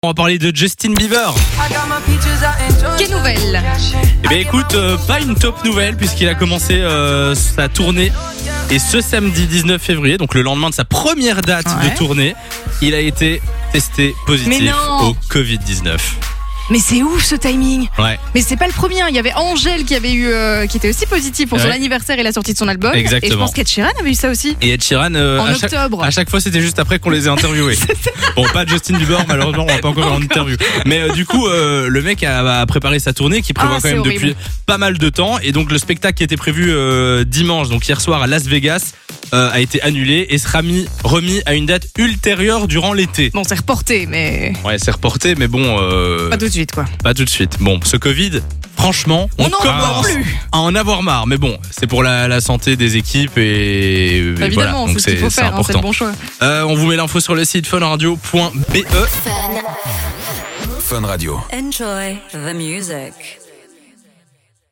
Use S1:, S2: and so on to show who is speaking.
S1: On va parler de Justin Bieber.
S2: Quelle nouvelle?
S1: Eh bien écoute, pas une top nouvelle puisqu'il a commencé sa tournée. Et ce samedi 19 février, donc le lendemain de sa première date de tournée, il a été testé positif au Covid-19.
S2: Mais c'est ouf ce timing.
S1: Ouais.
S2: Mais c'est pas le premier. Il y avait Angèle qui avait eu, qui était aussi positif pour son anniversaire et la sortie de son album.
S1: Exactement.
S2: Et je pense qu'Ed Sheeran avait eu ça aussi.
S1: Et Ed Sheeran,
S2: en octobre.
S1: À chaque fois, c'était juste après qu'on les ait interviewés. Bon, pas Justin Bieber, malheureusement, on va pas encore en interview. Mais du coup, le mec a préparé sa tournée qui prévoit quand même depuis pas mal de temps. Et donc, le spectacle qui était prévu dimanche, donc hier soir à Las Vegas, a été annulé et sera remis à une date ultérieure durant l'été.
S2: Bon, c'est reporté, mais.
S1: Ouais, c'est reporté, mais bon.
S2: Pas tout de suite, quoi.
S1: Pas tout de suite. Bon, ce Covid, franchement, on commence à en avoir marre. Mais bon, c'est pour la santé des équipes et
S2: évidemment,
S1: voilà. Donc
S2: c'est ce qu'il faut faire, c'est le bon choix.
S1: On vous met l'info sur le site funradio.be.
S3: Fun Radio.
S4: Enjoy the music.